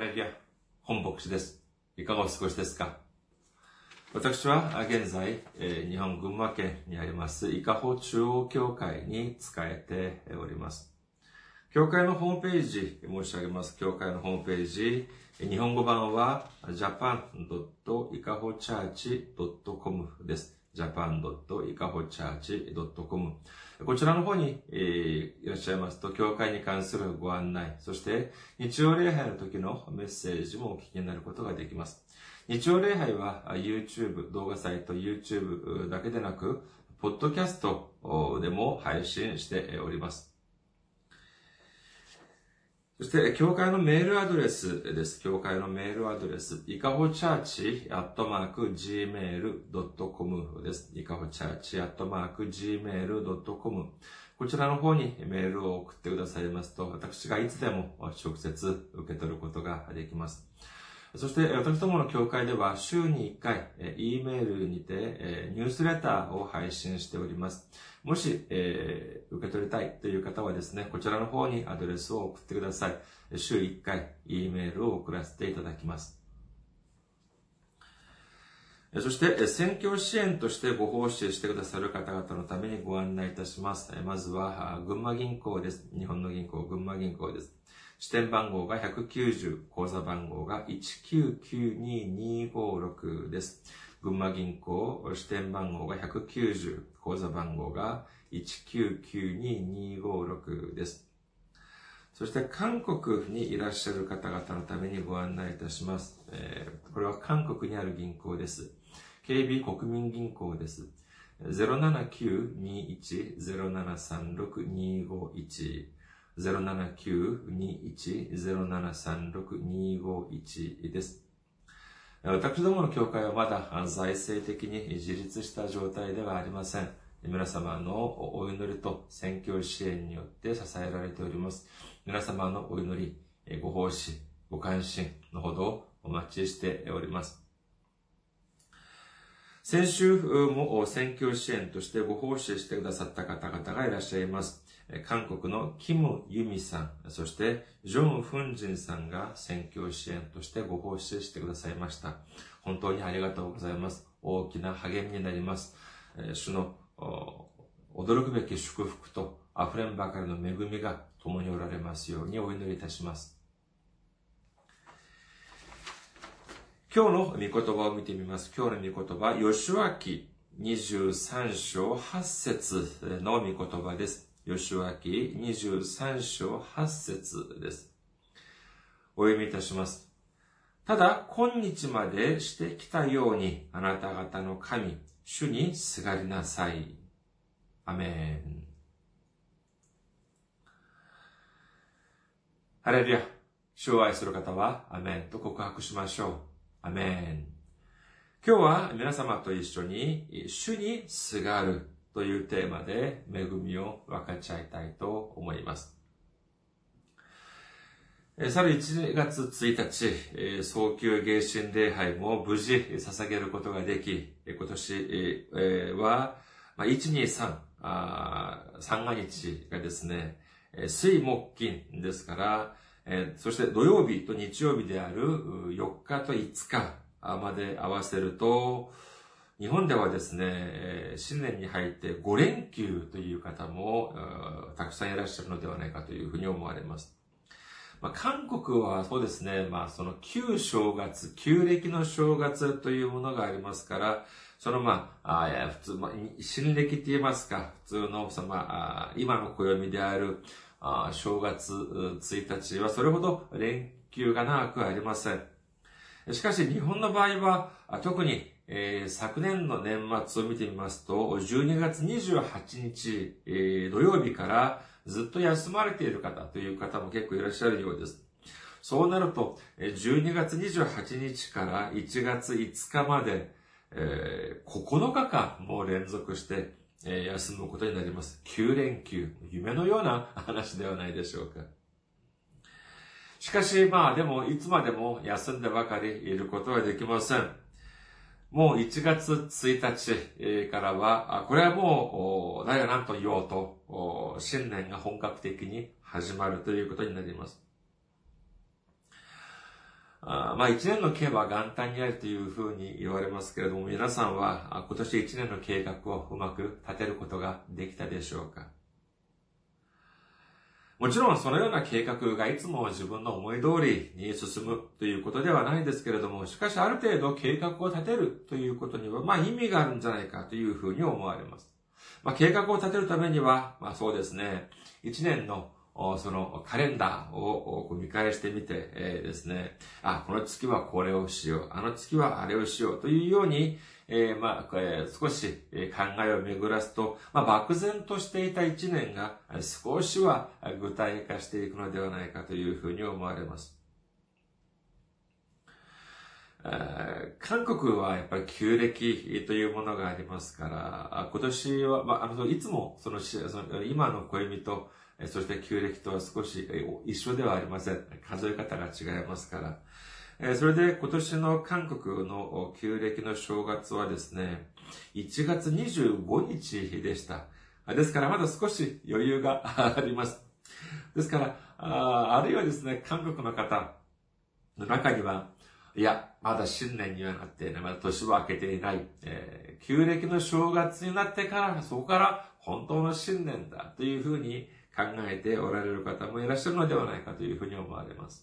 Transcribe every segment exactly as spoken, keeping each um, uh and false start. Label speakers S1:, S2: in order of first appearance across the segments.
S1: レルヤ、本牧師です。いかがお過ごしですか？私は現在、日本群馬県にあります伊香保中央教会に仕えております。教会のホームページ申し上げます。教会のホームページ、日本語版は ジャパンドットイカホチャーチドットコム です。ジャパンドットイカホチャーチドットコム。こちらの方に、えー、いらっしゃいますと、教会に関するご案内、そして日曜礼拝の時のメッセージもお聞きになることができます。日曜礼拝は YouTube、動画サイト YouTube だけでなく、ポッドキャストでも配信しております。そして、教会のメールアドレスです。教会のメールアドレス、いかほチャーチアットマークジーメールドットコム です。いかほチャーチアットマークジーメールドットコム。こちらの方にメールを送ってくださいますと、私がいつでも直接受け取ることができます。そして、私どもの教会では週にいっかい、E メールにてニュースレターを配信しております。もし、えー、受け取りたいという方はですね、こちらの方にアドレスを送ってください。週いっかい E メールを送らせていただきます。そして、宣教支援としてご奉仕してくださる方々のためにご案内いたします。まずは、群馬銀行です。日本の銀行、群馬銀行です。支店番号がひゃくきゅうじゅう、口座番号がいちきゅうきゅうににごろくです。群馬銀行、支店番号がひゃくきゅうじゅう、口座番号がいちきゅうきゅうににごろくです。そして韓国にいらっしゃる方々のためにご案内いたします。えー、これは韓国にある銀行です。ケービー 国民銀行です。ゼロななきゅうにいちゼロななさんろくにごいち ゼロななきゅうにいちゼロななさんろくにごいち です。私どもの教会はまだ財政的に自立した状態ではありません。皆様のお祈りと宣教支援によって支えられております。皆様のお祈り、ご奉仕、ご関心のほどお待ちしております。先週も宣教支援としてご奉仕してくださった方々がいらっしゃいます。韓国のキム・ユミさん、そしてジョン・フンジンさんが宣教支援としてご奉仕してくださいました。本当にありがとうございます。大きな励みになります。主の驚くべき祝福と溢れんばかりの恵みが共におられますようにお祈りいたします。今日の御言葉を見てみます。今日の御言葉、ヨシュア記にじゅうさん章はち節の御言葉です。ヨシュア記にじゅうさん章はち節です。お読みいたします。ただ、今日までしてきたように、あなた方の神、主にすがりなさい。アメン。ハレルヤ。主を愛する方は、アメンと告白しましょう。アメン。今日は皆様と一緒に、主にすがるというテーマで恵みを分かち合いたいと思います。去るいちがつついたち、早急迎神礼拝も無事捧げることができ、今年はいち、に、さん、三が日がですね、水木金ですから、そして土曜日と日曜日であるよっかといつかまで合わせると、日本ではですね、新年に入ってご連休という方もたくさんいらっしゃるのではないかというふうに思われます。まあ、韓国はそうですね、まあその旧正月、旧暦の正月というものがありますから、そのまあ、あ普通、まあ、新暦って言いますか、普通の、まあ、今の暦であるあ正月ついたちはそれほど連休が長くありません。しかし日本の場合は、特に、えー、昨年の年末を見てみますと、じゅうにがつにじゅうはちにち、えー、土曜日からずっと休まれている方という方も結構いらっしゃるようです。そうなると、じゅうにがつにじゅうはちにちからいちがついつかまで、えー、ここのかかんも連続して休むことになります。きゅう連休。夢のような話ではないでしょうか。しかし、まあでも、いつまでも休んでばかりいることはできません。もういちがつついたちからは、これはもう、誰が何と言おうと、新年が本格的に始まるということになります。 あまあ一年の計は元旦にあるというふうに言われますけれども、皆さんは今年一年の計画をうまく立てることができたでしょうか？もちろんそのような計画がいつも自分の思い通りに進むということではないですけれども、しかしある程度計画を立てるということには、まあ意味があるんじゃないかというふうに思われます。まあ計画を立てるためには、まあそうですね、一年のそのカレンダーを見返してみて、えー、ですね、あ、この月はこれをしよう、あの月はあれをしようというように、えー、まあ、えー、少し考えを巡らすと、まあ、漠然としていた一年が少しは具体化していくのではないかというふうに思われます。韓国はやっぱり旧暦というものがありますから、今年は、まあ、あの、いつもその、その今の暦と、そして旧暦とは少し一緒ではありません。数え方が違いますから。それで今年の韓国の旧暦の正月はですね、いちがつにじゅうごにちでした。ですからまだ少し余裕があります。ですから、あ, あるいはですね、韓国の方の中には、いや、まだ新年にはなっていない、まだ年は明けていない、えー、旧暦の正月になってから、そこから本当の新年だというふうに考えておられる方もいらっしゃるのではないかというふうに思われます。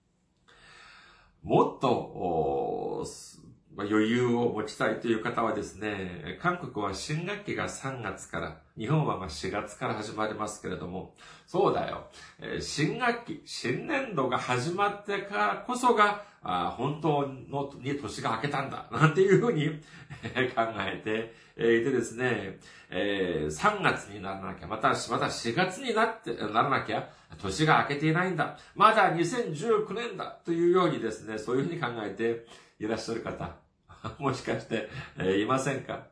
S1: もっと余裕を持ちたいという方はですね、韓国は新学期がさんがつから、日本はしがつから始まりますけれども、そうだよ、新学期、新年度が始まってからこそが、本当のに年が明けたんだ、なんていうふうに考えていてですね、さんがつにならなきゃ、また、またしがつになって、ならなきゃ、年が明けていないんだ。まだにせんじゅうきゅうねんだ。というようにですね、そういうふうに考えていらっしゃる方、もしかして、いませんか？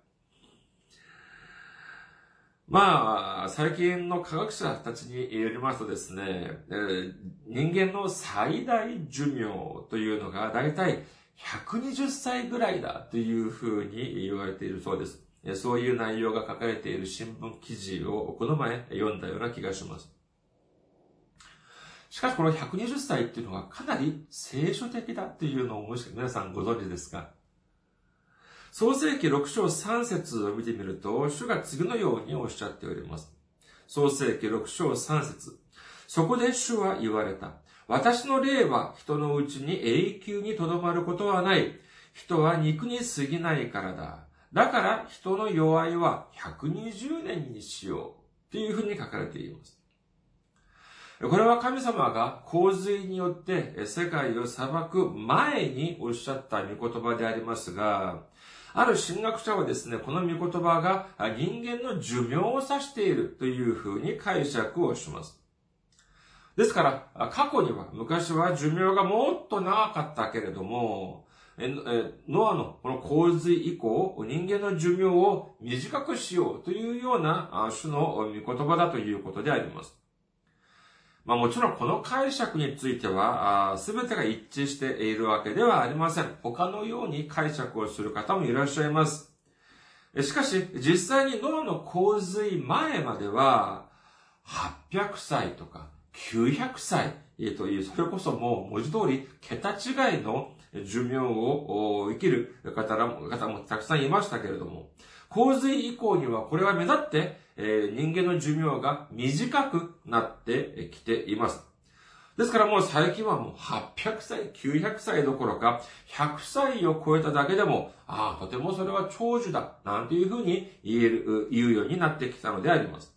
S1: まあ、最近の科学者たちによりますとですね、人間の最大寿命というのがだいたいひゃくにじゅっさいぐらいだというふうに言われているそうです。そういう内容が書かれている新聞記事をこの前読んだような気がします。しかしこのひゃくにじゅっさいっていうのはかなり聖書的だっていうのをもし皆さんご存知ですか？創世記ろくしょうさんせつを見てみると、主が次のようにおっしゃっております。創世記ろくしょうさんせつ。そこで主は言われた。私の霊は人のうちに永久にとどまることはない。人は肉に過ぎないからだ。だから人の弱いはひゃくにじゅうねんにしよう。というふうに書かれています。これは神様が洪水によって世界を裁く前におっしゃった御言葉でありますが、ある神学者はですね、この御言葉が人間の寿命を指しているというふうに解釈をします。ですから、過去には、昔は寿命がもっと長かったけれども、ノアのこの洪水以降、人間の寿命を短くしようというような種の御言葉だということであります。まあもちろんこの解釈については、すべてが一致しているわけではありません。他のように解釈をする方もいらっしゃいます。しかし、実際にノアの洪水前までは、はっぴゃくさいとかきゅうひゃくさいという、それこそもう文字通り桁違いの寿命を生きる方もたくさんいましたけれども、洪水以降にはこれは目立って、えー、人間の寿命が短くなってきています。ですからもう最近はもうはっぴゃくさい、きゅうひゃくさいどころかひゃくさいを超えただけでも、ああ、とてもそれは長寿だ、なんていうふうに言える、言うようになってきたのであります。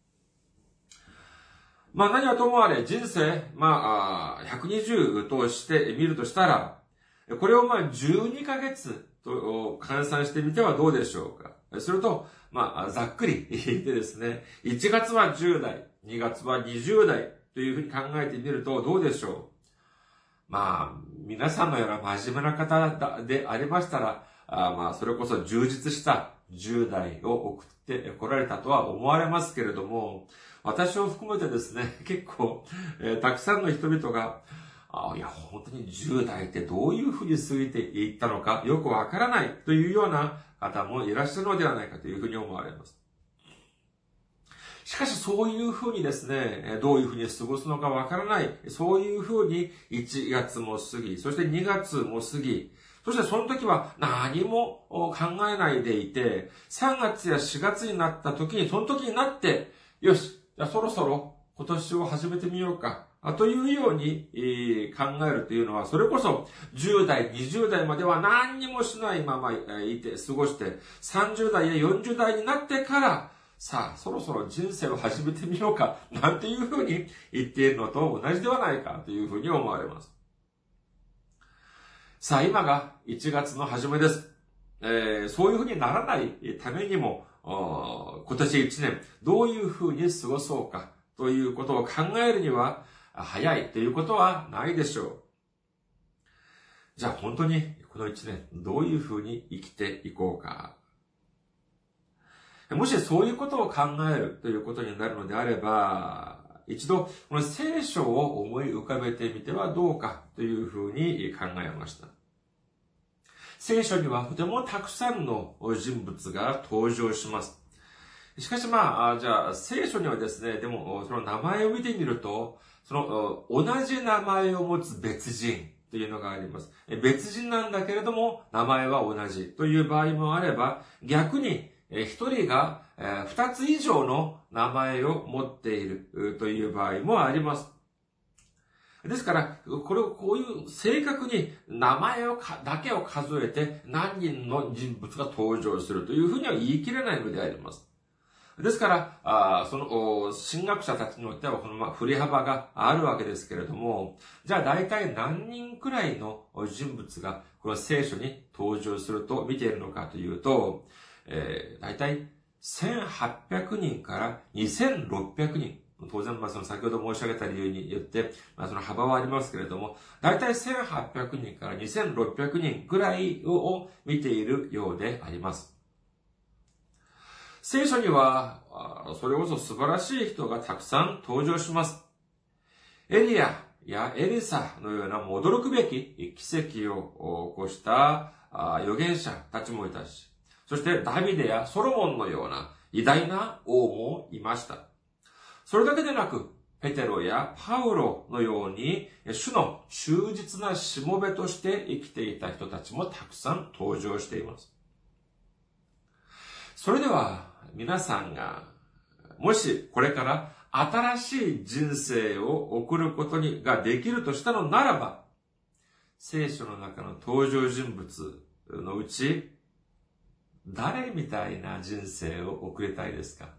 S1: まあ何はともあれ人生、まあひゃくにじゅうとして見るとしたら、これをまあじゅうにかげつと換算してみてはどうでしょうか。すると、まあ、ざっくり言ってですね、いちがつはじゅうだい、にがつはにじゅうだいというふうに考えてみるとどうでしょう。まあ、皆さんのような真面目な方でありましたら、あまあ、それこそ充実したじゅうだいを送ってこられたとは思われますけれども、私を含めてですね、結構、えー、たくさんの人々が、あいや、本当にじゅうだいってどういうふうに過ぎていったのかよくわからないというような方もいらっしゃるのではないかというふうに思われます。 しかしそういうふうにですね、どういうふうに過ごすのかわからない。そういうふうにいちがつも過ぎ、そしてにがつも過ぎ、そしてその時は何も考えないでいて、さんがつやしがつになった時に、その時になって、よし、じゃあそろそろ今年を始めてみようか。というように考えるというのは、それこそじゅうだい、にじゅうだいまでは何にもしないままいて、過ごして、さんじゅうだいやよんじゅうだいになってから、さあ、そろそろ人生を始めてみようか、なんていうふうに言っているのと同じではないかというふうに思われます。さあ、今がいちがつの初めです。えー、そういうふうにならないためにも、今年いちねん、どういうふうに過ごそうかということを考えるには、早いということはないでしょう。じゃあ本当にこのいちねん、どういうふうに生きていこうか。もしそういうことを考えるということになるのであれば、一度この聖書を思い浮かべてみてはどうかというふうに考えました。聖書にはとてもたくさんの人物が登場します。しかしまあ、じゃあ聖書にはですね、でもその名前を見てみると、その同じ名前を持つ別人というのがあります。別人なんだけれども名前は同じという場合もあれば、逆に一人が二つ以上の名前を持っているという場合もあります。ですから、これをこういう正確に名前をかだけを数えて何人の人物が登場するというふうには言い切れないのであります。ですから、あその、神学者たちによってはこの、まあ、振り幅があるわけですけれども、じゃあ大体何人くらいの人物がこの聖書に登場すると見ているのかというと、えー、大体せんはっぴゃくにんからにせんろっぴゃくにん。当然、まあ、その先ほど申し上げた理由によって、まあ、その幅はありますけれども、大体せんはっぴゃくにんからにせんろっぴゃくにんくらいを見ているようであります。聖書には、それこそ素晴らしい人がたくさん登場します。エリアやエリサのような驚くべき奇跡を起こした預言者たちもいたし、そしてダビデやソロモンのような偉大な王もいました。それだけでなく、ペテロやパウロのように主の忠実なしもべとして生きていた人たちもたくさん登場しています。それでは皆さんがもしこれから新しい人生を送ることにができるとしたのならば、聖書の中の登場人物のうち誰みたいな人生を送りたいですか？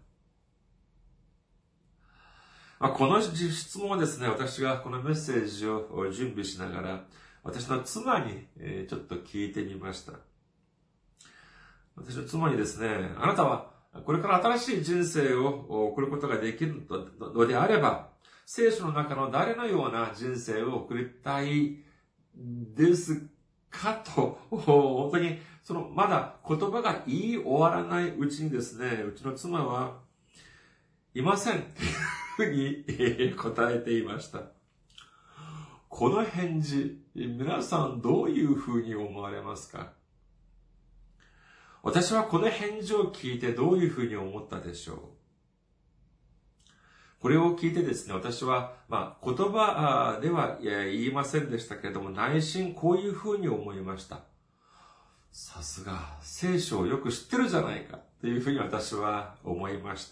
S1: この質問はですね、私がこのメッセージを準備しながら、私の妻にちょっと聞いてみました。私の妻にですね、あなたはこれから新しい人生を送ることができるのであれば、聖書の中の誰のような人生を送りたいですかと、本当にそのまだ言葉が言い終わらないうちにですね、うちの妻はいませんというふうに答えていました。この返事、皆さんどういうふうに思われますか？私はこの返事を聞いてどういうふうに思ったでしょう？これを聞いてですね、私は、まあ、言葉では言いませんでしたけれども、内心こういうふうに思いました。さすが、聖書をよく知ってるじゃないか、というふうに私は思いました。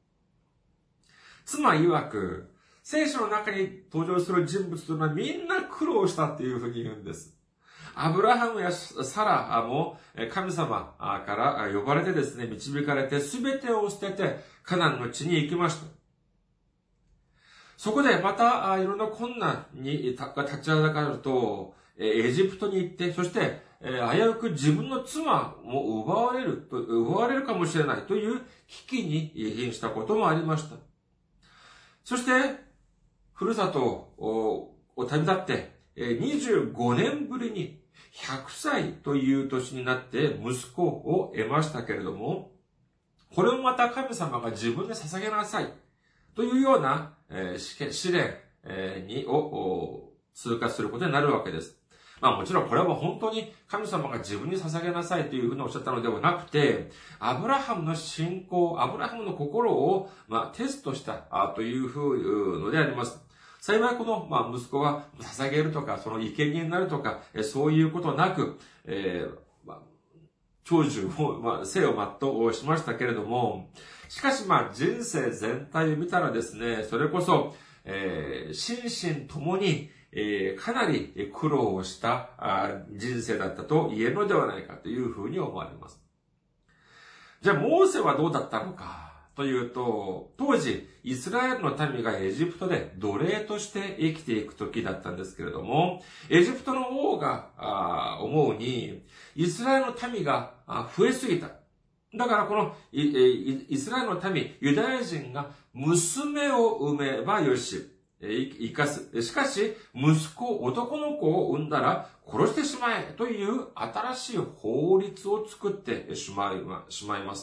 S1: 妻曰く、聖書の中に登場する人物というのはみんな苦労したっていうふうに言うんです。アブラハムやサラも神様から呼ばれてですね、導かれて全てを捨ててカナンの地に行きました。そこでまたいろんな困難に立ちはだかると、エジプトに行って、そして危うく自分の妻も奪われると、奪われるかもしれないという危機に瀕したこともありました。そして、ふるさとを旅立って、にじゅうごねんぶりにひゃくさいという年になって息子を得ましたけれども、これをまた神様が自分で捧げなさいというような試練にを通過することになるわけです。 まあもちろんこれは本当に神様が自分に捧げなさいというふうにおっしゃったのではなくて、アブラハムの信仰、アブラハムの心を、まあ、テストしたというふうのであります。幸いこの、まあ、息子は捧げるとか、その生贄になるとか、そういうことなく、えーまあ、長寿を、まあ、生を全うしましたけれども、しかしまあ、人生全体を見たらですね、それこそ、えー、心身ともに、えー、かなり苦労をした人生だったと言えるのではないかというふうに思われます。じゃあ、モーセはどうだったのかというと、当時、イスラエルの民がエジプトで奴隷として生きていく時だったんですけれども、エジプトの王が思うに、イスラエルの民が増えすぎた。だからこのイスラエルの民、ユダヤ人が娘を産めばよし、生かす。しかし、息子、男の子を産んだら殺してしまえという新しい法律を作ってしまいます。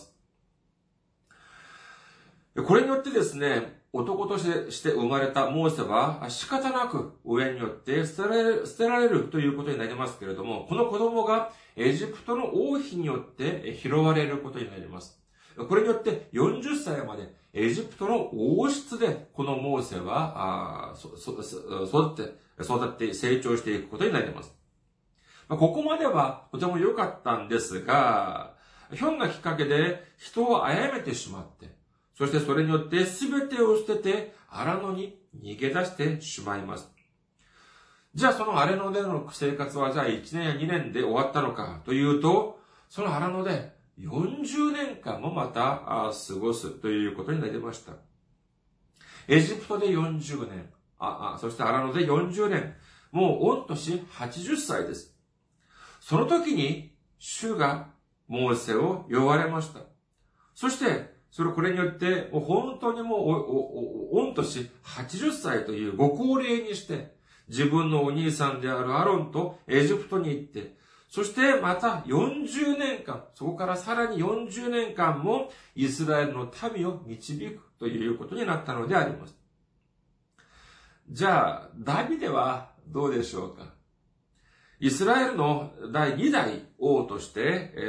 S1: これによってですね、男として生まれたモーセは仕方なく親によって捨てられる、捨てられるということになりますけれども、この子供がエジプトの王妃によって拾われることになります。これによってよんじゅっさいまでエジプトの王室でこのモーセはそそ育って、育って成長していくことになります。ここまではとても良かったんですが、ひょんなきっかけで人を殺めてしまって、そしてそれによって全てを捨てて荒野に逃げ出してしまいます。じゃあその荒野での生活はじゃあいちねんやにねんで終わったのかというと、その荒野でよんじゅうねんかんもまた過ごすということになりました。エジプトでよんじゅうねん、ああそして荒野でよんじゅうねん、もう御年はちじゅっさいです。その時に主がモーセを呼ばれました。そしてそれこれによって、もう本当にもう、お、お、お、御年はちじゅっさいというご高齢にして、自分のお兄さんであるアロンとエジプトに行って、そしてまたよんじゅうねんかん、そこからさらによんじゅうねんかんもイスラエルの民を導くということになったのであります。じゃあ、ダビデはどうでしょうか。イスラエルの第二代王として、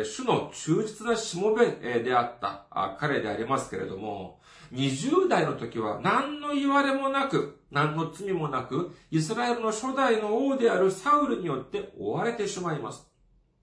S1: 主の忠実なしもべであった彼でありますけれども、にじゅうだいの時は何の言われもなく、何の罪もなく、イスラエルの初代の王であるサウルによって追われてしまいます。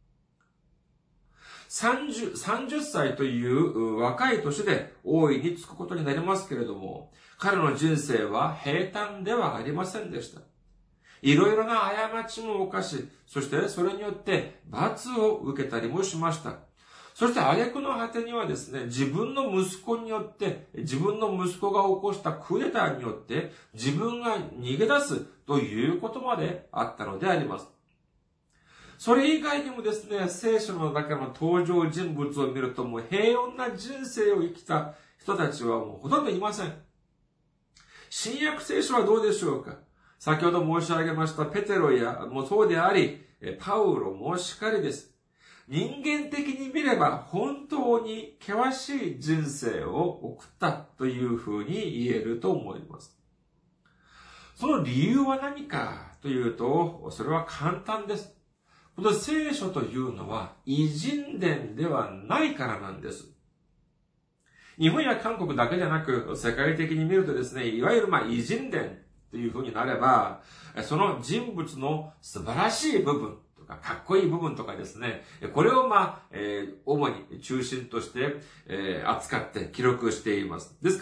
S1: さんじゅう、さんじゅっさいという若い年で王位に就くことになりますけれども、彼の人生は平坦ではありませんでした。いろいろな過ちも犯し、そしてそれによって罰を受けたりもしました。そして挙句の果てにはですね、自分の息子によって、自分の息子が起こしたクーデターによって、自分が逃げ出すということまであったのであります。それ以外にもですね、聖書の中の登場人物を見ると、もう平穏な人生を生きた人たちはもうほとんどいません。新約聖書はどうでしょうか。先ほど申し上げましたペテロやもそうであり、パウロもしかりです。人間的に見れば本当に険しい人生を送ったというふうに言えると思います。その理由は何かというと、それは簡単です。この聖書というのは偉人伝ではないからなんです。日本や韓国だけじゃなく、世界的に見るとですね、いわゆるまあ偉人伝というふうになれば、その人物の素晴らしい部分とか、かっこいい部分とかですね、これをまあ、えー、主に中心として、えー、扱って記録しています。ですから、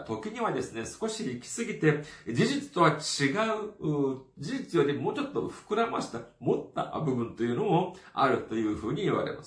S1: 時にはですね、少し行き過ぎて、事実とは違う、事実よりもうちょっと膨らました、持った部分というのもあるというふうに言われます。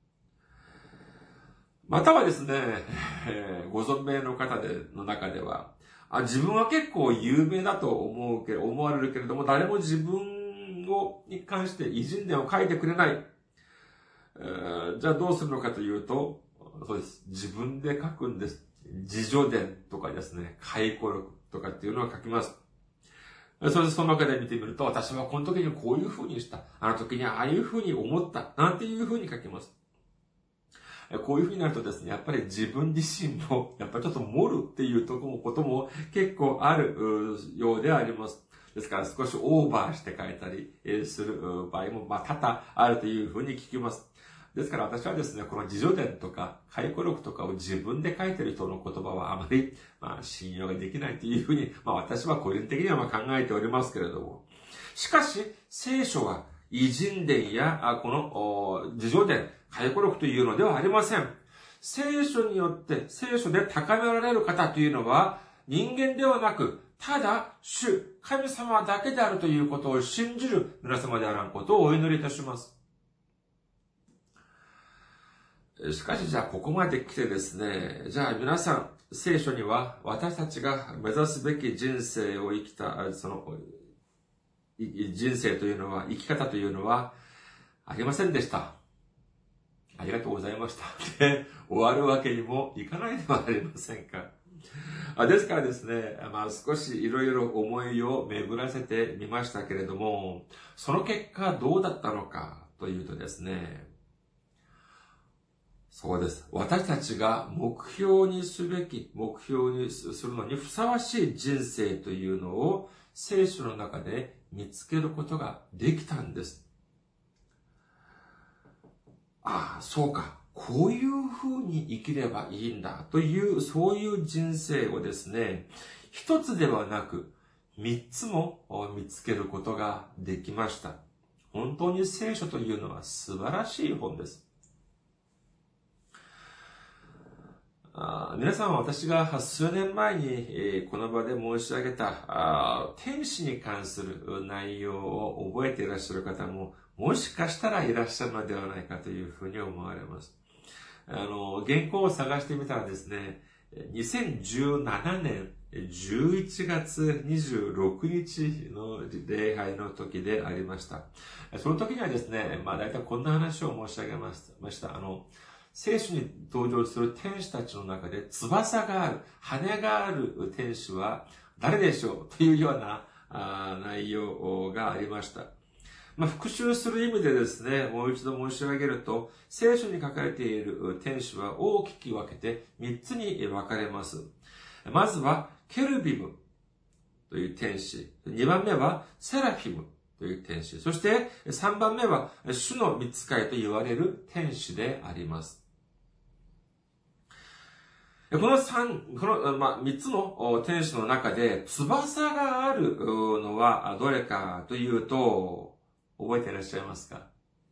S1: またはですね、えー、ご存命の方での中では、あ、自分は結構有名だと思うけど、思われるけれども、誰も自分をに関して偉人伝を書いてくれない。えー、じゃあどうするのかというと、そうです。自分で書くんです。自叙伝とかですね、回顧録とかっていうのを書きます。それでその中で見てみると、私はこの時にこういう風にした。あの時にああいう風に思った。なんていう風に書きます。こういう風になるとですね、やっぱり自分自身も、やっぱりちょっと盛るっていうところことも結構あるようであります。 ですから少しオーバーして書いたりする場合も、まあ、多々あるというふうに聞きます。ですから私はですね、この自叙伝とか回顧録とかを自分で書いてる人の言葉はあまり、まあ、信用ができないというふうに、まあ私は個人的にはまあ考えておりますけれども。しかし、聖書は偉人伝やこの自叙伝、回顧録というのではありません。聖書によって、聖書で高められる方というのは人間ではなく、ただ主、神様だけであるということを信じる皆様であらんことをお祈りいたします。しかしじゃあここまで来てですね、じゃあ皆さん、聖書には私たちが目指すべき人生を生きた、その、人生というのは、生き方というのはありませんでした。ありがとうございました。で、終わるわけにもいかないではありませんか。ですからですね、まあ少しいろいろ思いを巡らせてみましたけれども、その結果どうだったのかというとですね、そうです。私たちが目標にすべき、目標にするのにふさわしい人生というのを聖書の中で見つけることができたんです。ああ、そうか。こういうふうに生きればいいんだという、そういう人生をですね、一つではなく三つも見つけることができました。本当に聖書というのは素晴らしい本です。あ皆さんは私が数年前に、えー、この場で申し上げたあ天使に関する内容を覚えていらっしゃる方ももしかしたらいらっしゃるのではないかというふうに思われます。あの、原稿を探してみたらですね、にせんじゅうななねんじゅういちがつにじゅうろくにちの礼拝の時でありました。その時にはですね、まあ大体こんな話を申し上げました。あの、聖書に登場する天使たちの中で翼がある、羽がある天使は誰でしょうというような内容がありました。まあ、復習する意味でですね、もう一度申し上げると、聖書に書かれている天使は大きく分けて三つに分かれます。まずは、ケルビムという天使。二番目は、セラフィムという天使。そして、三番目は、主の御使いと言われる天使であります。この三、この、まあ、三つの天使の中で、翼があるのはどれかというと、覚えていらっしゃいますか？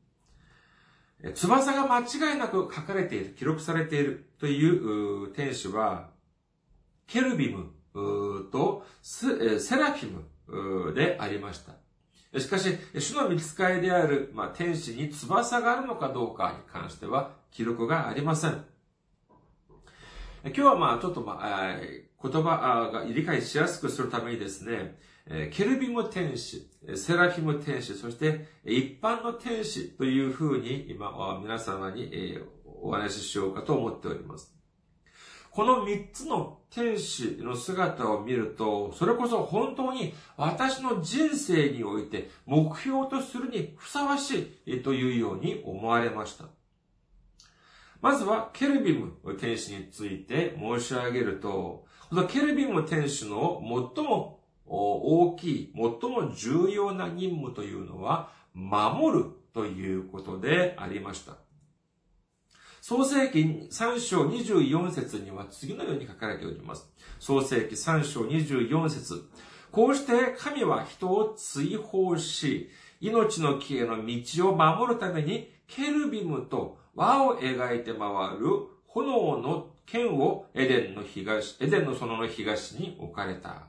S1: 翼が間違いなく書かれている、記録されているという天使は、ケルビムとセラフィムでありました。しかし、主の御使いである、まあ、天使に翼があるのかどうかに関しては記録がありません。今日はまあちょっとまあ言葉が理解しやすくするためにですね、ケルビム天使、セラフィム天使、そして一般の天使というふうに今皆様にお話ししようかと思っております。この三つの天使の姿を見ると、それこそ本当に私の人生において目標とするにふさわしいというように思われました。まずはケルビム天使について申し上げると、このケルビム天使の最も大きい、最も重要な任務というのは、守るということでありました。創世記さん章にじゅうよん節には次のように書かれております。創世記さん章にじゅうよん節。こうして神は人を追放し、命の木への道を守るためにケルビムと輪を描いて回る炎の剣をエデンの東、エデンの園の東に置かれた。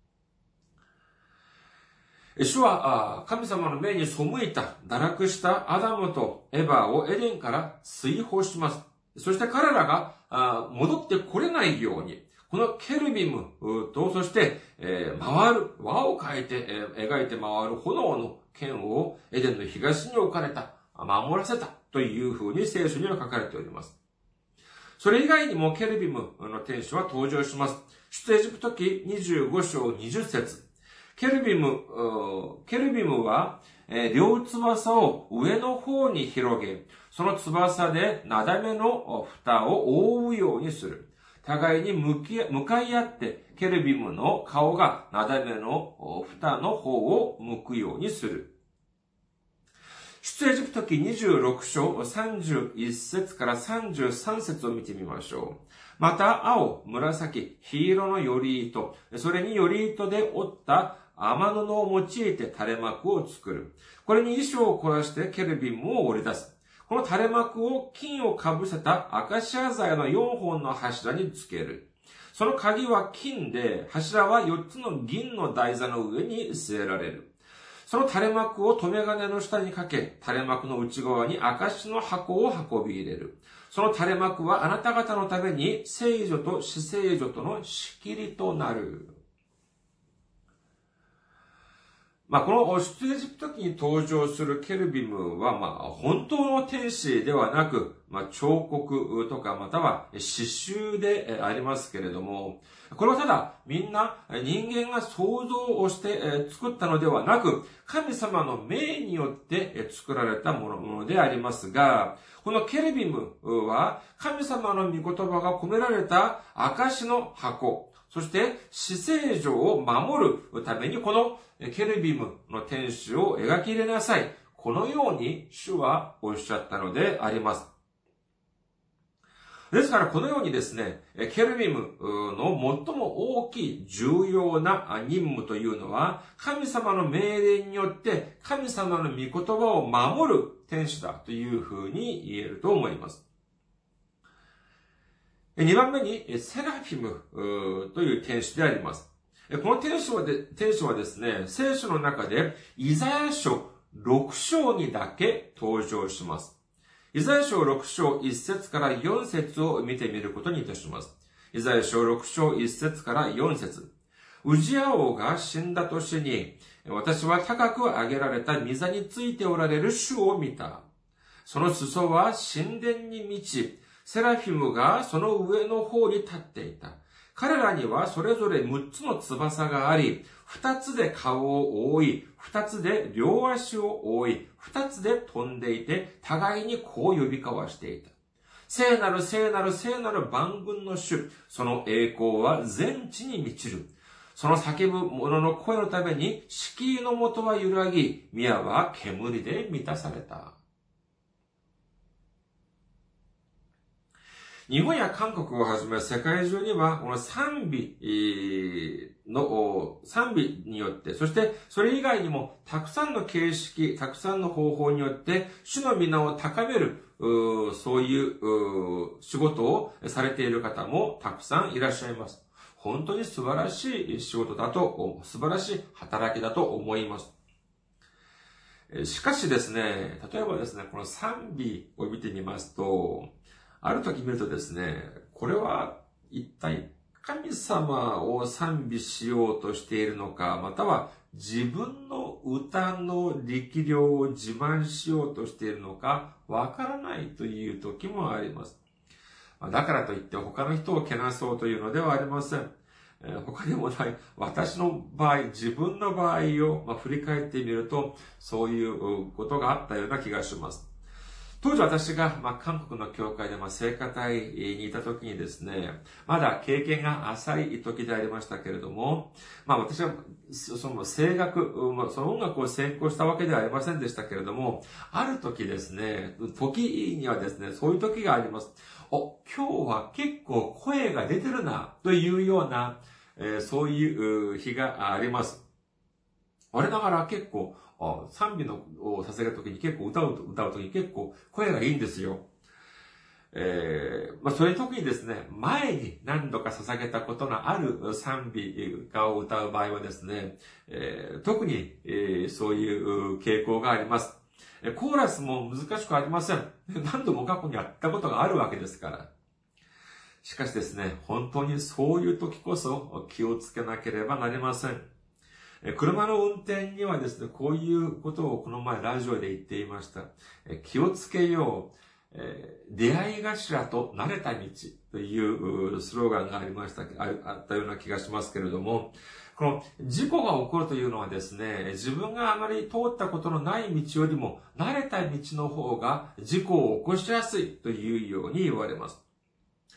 S1: 主は神様の目に背いた、堕落したアダムとエバをエデンから追放します。そして彼らが戻ってこれないように、このケルビムと、そして回る、輪を描いて、描いて回る炎の剣をエデンの東に置かれた、守らせたというふうに聖書には書かれております。それ以外にもケルビムの天使は登場します。出エジプト記にじゅうご章にじゅう節。ケルビム、ケルビムは、両翼を上の方に広げ、その翼でなだめの蓋を覆うようにする。 互いに向き向かい合って、ケルビムの顔がなだめの蓋の方を向くようにする。出エジプト記にじゅうろく章さんじゅういち節からさんじゅうさん節を見てみましょう。また、青、紫、黄色のより糸、それにより糸で織った雨布を用いて垂れ幕を作る。これに衣装を凝らしてケルビムを織り出す。この垂れ幕を金をかぶせたアカシア材のよんほんの柱につける。その鍵は金で、柱はよっつの銀の台座の上に据えられる。その垂れ幕を留め金の下にかけ、垂れ幕の内側に証の箱を運び入れる。その垂れ幕はあなた方のために聖女と死聖女との仕切りとなる。まあ、この出エジプト記に登場するケルビムは、まあ、本当の天使ではなく、まあ、彫刻とかまたは刺繍でありますけれども、これはただみんな人間が想像をして作ったのではなく、神様の命によって作られたものでありますが、このケルビムは神様の御言葉が込められた証の箱、そして死聖女を守るためにこのケルビムの天使を描き入れなさい。このように主はおっしゃったのであります。ですからこのようにですね、ケルビムの最も大きい重要な任務というのは、神様の命令によって神様の御言葉を守る天使だというふうに言えると思います。にばんめに、セラフィムという天使であります。この天使はで、天使はですね、聖書の中でイザヤ書ろく章にだけ登場します。イザヤ書ろく章いち節からよん節を見てみることにいたします。イザヤ書ろく章いち節からよん節。ウジヤ王が死んだ年に、私は高く上げられた御座についておられる主を見た。その裾は神殿に満ち、セラフィムがその上の方に立っていた。彼らにはそれぞれむっつの翼があり、二つで顔を覆い、二つで両足を覆い、二つで飛んでいて、互いにこう呼び交わしていた。聖なる聖なる聖なる万軍の主、その栄光は全地に満ちる。その叫ぶ者の声のために、敷居の元は揺らぎ、宮は煙で満たされた。日本や韓国をはじめ世界中にはこの賛美の、賛美によって、そしてそれ以外にもたくさんの形式、たくさんの方法によって主の皆を高める、そういう仕事をされている方もたくさんいらっしゃいます。本当に素晴らしい仕事だと、素晴らしい働きだと思います。しかしですね、例えばですね、この賛美を見てみますと、ある時見るとですね、これは一体神様を賛美しようとしているのか、または自分の歌の力量を自慢しようとしているのか、わからないという時もあります。だからといって他の人をけなそうというのではありません。他でもない私の場合、自分の場合を振り返ってみると、そういうことがあったような気がします。当時私が、まあ、韓国の教会で、まあ、聖歌隊にいた時にですね、まだ経験が浅い時でありましたけれども、まあ私は、その声楽、まあ、その音楽を専攻したわけではありませんでしたけれども、ある時ですね、時にはですね、そういう時があります。お、今日は結構声が出てるな、というような、えー、そういう日があります。我ながら結構、賛美のをさせるときに結構歌う、歌うときに結構声がいいんですよ。えー、まあそういう時にですね、前に何度か捧げたことのある賛美歌を歌う場合はですね、えー、特に、えー、そういう傾向があります。コーラスも難しくありません。何度も過去にやったことがあるわけですから。しかしですね、本当にそういう時こそ気をつけなければなりません。車の運転にはですね、こういうことをこの前ラジオで言っていました。気をつけよう。出会い頭と慣れた道というスローガンがありました、あったような気がしますけれども、この事故が起こるというのはですね、自分があまり通ったことのない道よりも慣れた道の方が事故を起こしやすいというように言われます。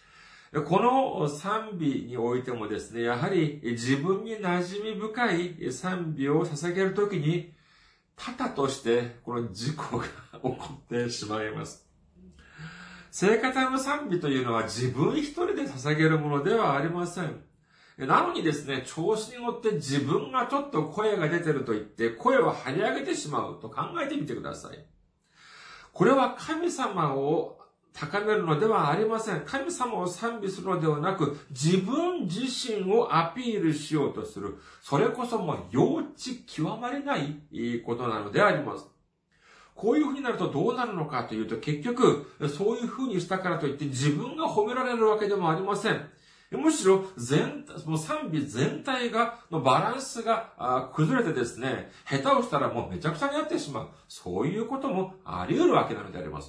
S1: この賛美においてもですね、やはり自分に馴染み深い賛美を捧げるときに、多々としてこの事故が起こってしまいます。聖歌隊の賛美というのは自分一人で捧げるものではありません。なのにですね、調子に乗って自分がちょっと声が出てると言って声を張り上げてしまうと考えてみてください。これは神様を高めるのではありません。神様を賛美するのではなく、自分自身をアピールしようとする。それこそもう幼稚極まりないことなのであります。こういう風になるとどうなるのかというと、結局、そういう風にしたからといって自分が褒められるわけでもありません。むしろ全、その賛美全体が、のバランスが崩れてですね、下手をしたらもうめちゃくちゃになってしまう。そういうこともあり得るわけなのであります。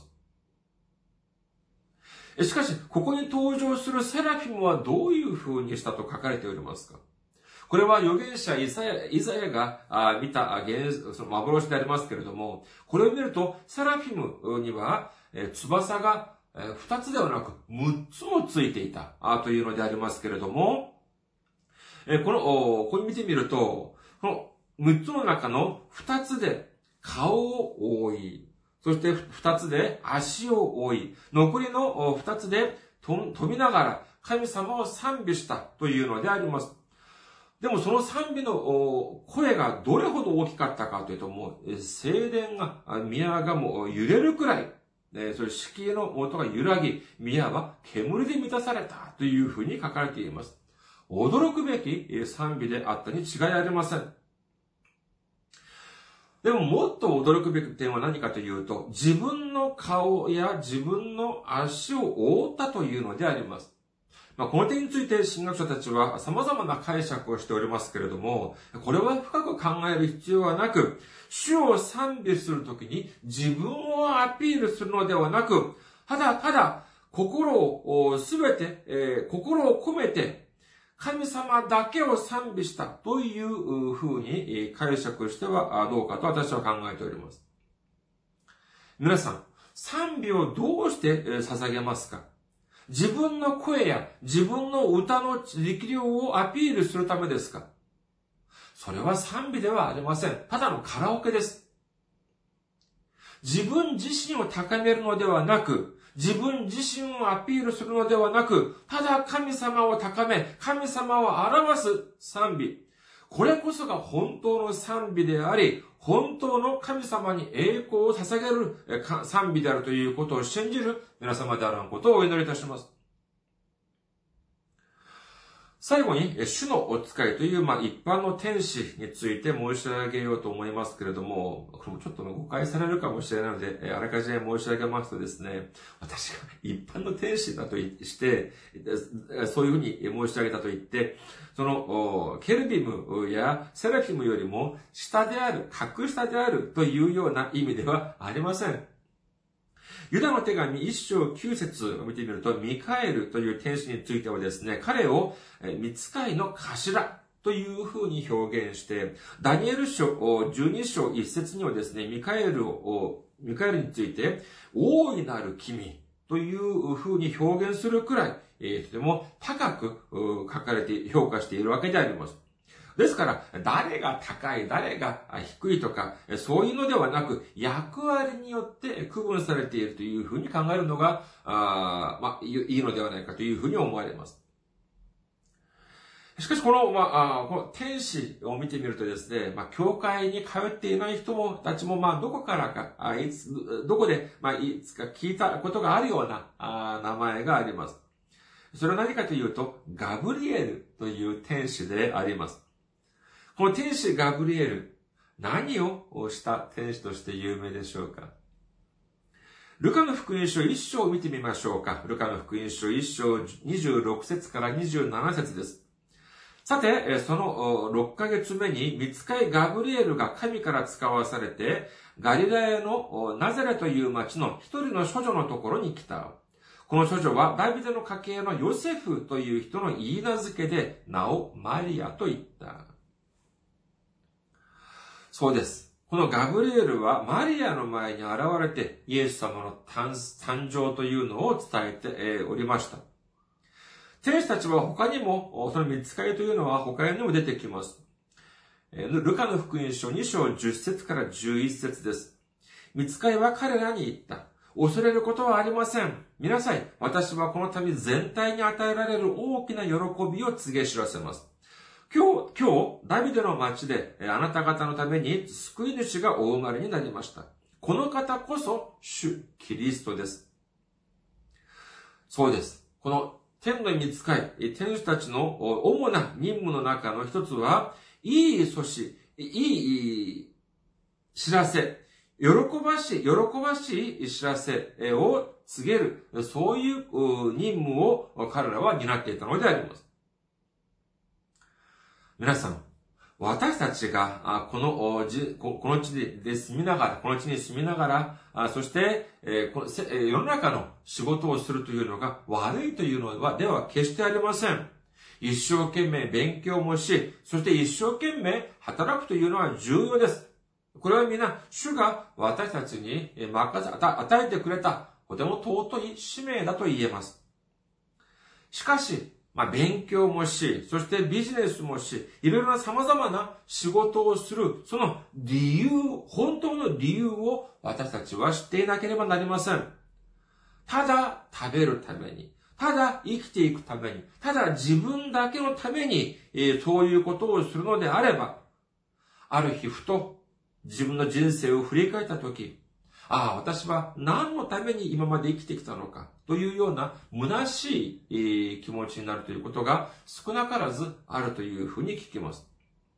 S1: しかし、ここに登場するセラフィムはどういう風にしたと書かれておりますか？これは預言者イザヤ、イザヤが見たその幻でありますけれども、これを見ると、セラフィムには翼が二つではなく六つもついていたというのでありますけれども、この、ここに見てみると、この六つの中の二つで顔を覆い、そして二つで足を覆い、残りの二つで飛びながら神様を賛美したというのであります。でもその賛美の声がどれほど大きかったかというと、もう聖殿が、宮がもう揺れるくらい、それ敷居の音が揺らぎ、宮は煙で満たされたというふうに書かれています。驚くべき賛美であったに違いありません。でももっと驚くべき点は何かというと、自分の顔や自分の足を覆ったというのであります。まあ、この点について神学者たちは様々な解釈をしておりますけれども、これは深く考える必要はなく、主を賛美するときに自分をアピールするのではなく、ただただ心をすべて、えー、心を込めて神様だけを賛美したというふうに解釈してはどうかと私は考えております。皆さん、賛美をどうして捧げますか？自分の声や自分の歌の力量をアピールするためですか？それは賛美ではありません。ただのカラオケです。自分自身を高めるのではなく、自分自身をアピールするのではなく、ただ神様を高め、神様を表す賛美。これこそが本当の賛美であり、本当の神様に栄光を捧げる賛美であるということを信じる皆様であることをお祈りいたします。最後に、主のお使いという、まあ、一般の天使について申し上げようと思いますけれども、これもちょっと誤解されるかもしれないので、あらかじめ申し上げますとですね、私が一般の天使だとして、そういうふうに申し上げたと言って、その、ケルビムやセラフィムよりも下である、格下であるというような意味ではありません。ユダの手紙一章九節を見てみると、ミカエルという天使についてはですね、彼を御使いの頭というふうに表現して、ダニエル書じゅうに章一節にはですね、ミカエルを、ミカエルについて、大いなる君というふうに表現するくらい、えー、とても高く書かれて評価しているわけであります。ですから、誰が高い、誰が低いとか、そういうのではなく、役割によって区分されているというふうに考えるのが、あまあ、いいのではないかというふうに思われます。しかし、この、まあ、この天使を見てみるとですね、まあ、教会に通っていない人もたちも、まあ、どこからか、あいつ、どこで、まあ、いつか聞いたことがあるような、あ名前があります。それは何かというと、ガブリエルという天使であります。この天使ガブリエル、何をした天使として有名でしょうか？ルカの福音書一章を見てみましょうか。ルカの福音書一章にじゅうろく節からにじゅうなな節です。さて、そのろっかげつめに、御使いガブリエルが神から使わされて、ガリラヤのナザレという町の一人の処女のところに来た。この処女はダビデの家系のヨセフという人の言い名付けで、名をマリアと言った。そうです。このガブリエルはマリアの前に現れてイエス様の誕生というのを伝えておりました。 天使たちは他にも、その御使いというのは他にも出てきます。ルカの福音書に章じゅっ節からじゅういち節です。御使いは彼らに言った。恐れることはありません。見なさい。私はこの民全体に与えられる大きな喜びを告げ知らせます。今日、今日、ダビデの町であなた方のために救い主がお生まれになりました。この方こそ主キリストです。そうです。この天の御使い、天使たちの主な任務の中の一つは、いい阻止、いい知らせ、喜ばしい、喜ばしい知らせを告げる、そういう任務を彼らは担っていたのであります。皆さん、私たちが、この、この地で住みながら、この地に住みながら、そして、世の中の仕事をするというのが悪いというのは、では決してありません。一生懸命勉強もし、そして一生懸命働くというのは重要です。これは皆、主が私たちに任せ、与えてくれた、とても尊い使命だと言えます。しかし、まあ、勉強もし、そしてビジネスもし、いろいろな様々な仕事をする、その理由、本当の理由を私たちは知っていなければなりません。ただ食べるために、ただ生きていくために、ただ自分だけのために、えー、そういうことをするのであれば、ある日ふと自分の人生を振り返ったとき、ああ、私は何のために今まで生きてきたのかというような虚しい気持ちになるということが少なからずあるというふうに聞きます。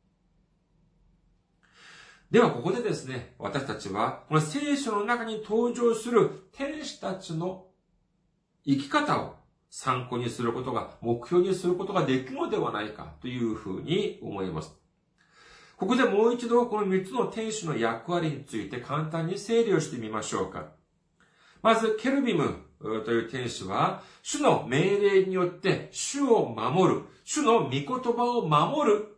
S1: ではここでですね、私たちはこの聖書の中に登場する天使たちの生き方を参考にすることが、目標にすることができるのではないかというふうに思います。ここでもう一度この三つの天使の役割について簡単に整理をしてみましょうか。まず、ケルビムという天使は、主の命令によって主を守る、主の御言葉を守る、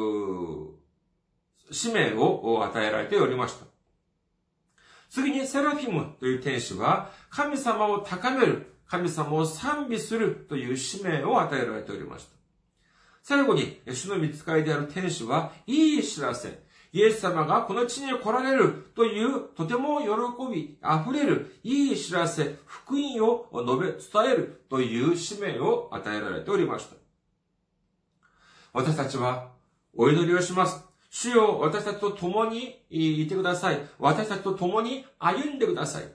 S1: 使命を与えられておりました。次に、セラフィムという天使は、神様を高める、神様を賛美するという使命を与えられておりました。最後に、主の御使いである天使は、いい知らせ、イエス様がこの地に来られるという、とても喜び溢れる、いい知らせ、福音を述べ、伝えるという使命を与えられておりました。私たちは、お祈りをします。主よ、私たちと共にいてください。私たちと共に歩んでください。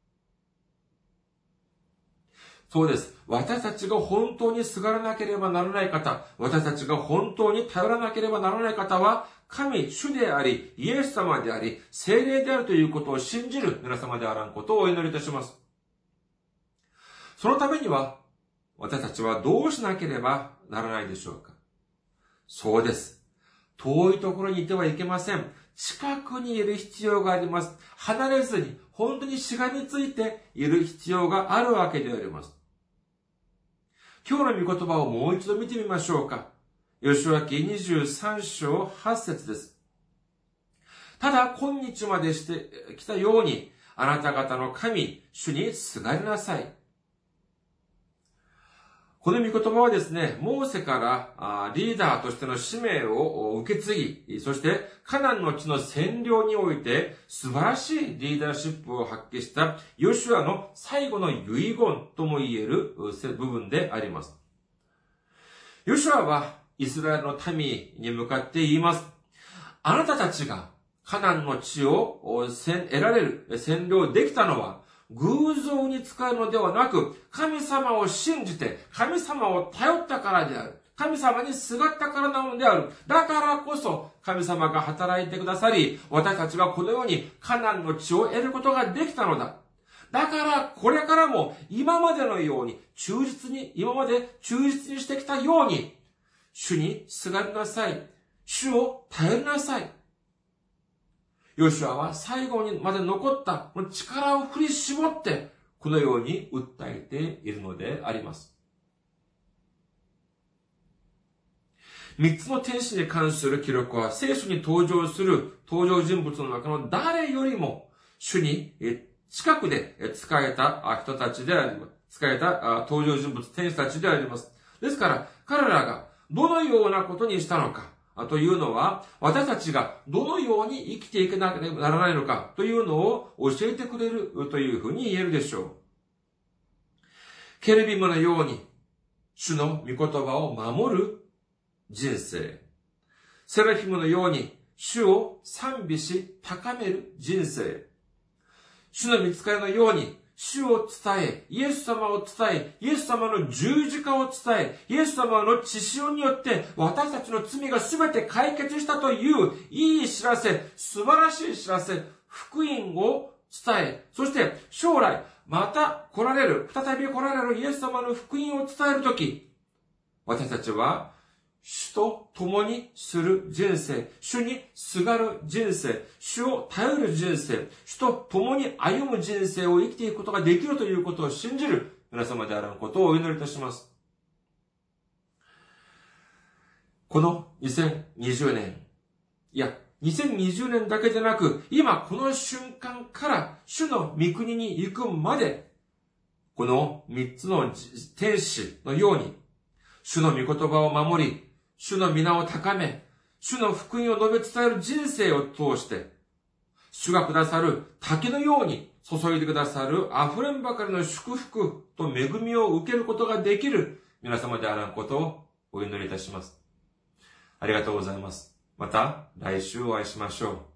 S1: そうです。私たちが本当にすがらなければならない方、私たちが本当に頼らなければならない方は、神、主であり、イエス様であり、聖霊であるということを信じる皆様であらんことをお祈りいたします。そのためには、私たちはどうしなければならないでしょうか。そうです。遠いところにいてはいけません。近くにいる必要があります。離れずに、本当にしがみついている必要があるわけであります。今日の御言葉をもう一度見てみましょうか。ヨシュア記にじゅうさん章はち節です。ただ今日までしてきたように、あなた方の神、主にすがりなさい。この御言葉はですね、モーセからリーダーとしての使命を受け継ぎ、そしてカナンの地の占領において素晴らしいリーダーシップを発揮したヨシュアの最後の遺言とも言える部分であります。ヨシュアはイスラエルの民に向かって言います。あなたたちがカナンの地を得られる、占領できたのは、偶像に使うのではなく、神様を信じて、神様を頼ったからである。神様にすがったからなのである。だからこそ、神様が働いてくださり、私たちはこのようにカナンの地を得ることができたのだ。だから、これからも今までのように、忠実に、今まで忠実にしてきたように、主にすがりなさい。主を頼りなさい。ヨシュアは最後にまで残った力を振り絞って、このように訴えているのであります。三つの天使に関する記録は聖書に登場する登場人物の中の誰よりも主に近くで仕えた人たちであります。仕えた登場人物、天使たちであります。 ですから、彼らがどのようなことにしたのか、というのは、私たちがどのように生きていかなければならないのかというのを教えてくれるというふうに言えるでしょう。ケルビムのように、主の御言葉を守る人生。セラフィムのように、主を賛美し高める人生。主の御使いのように、主を伝え、イエス様を伝え、イエス様の十字架を伝え、イエス様の血潮によって私たちの罪がすべて解決したといういい知らせ、素晴らしい知らせ、福音を伝え、そして将来また来られる、再び来られるイエス様の福音を伝えるとき、私たちは主と共にする人生、主にすがる人生、主を頼る人生、主と共に歩む人生を生きていくことができるということを信じる皆様であることをお祈りいたします。このにせんにじゅうねん、いや、にせんにじゅうねんだけでなく、今この瞬間から主の御国に行くまで、この三つの天使のように、主の御言葉を守り、主の皆を高め、主の福音を述べ伝える人生を通して、主がくださる滝のように注いでくださる溢れんばかりの祝福と恵みを受けることができる皆様であらんことをお祈りいたします。ありがとうございます。また来週お会いしましょう。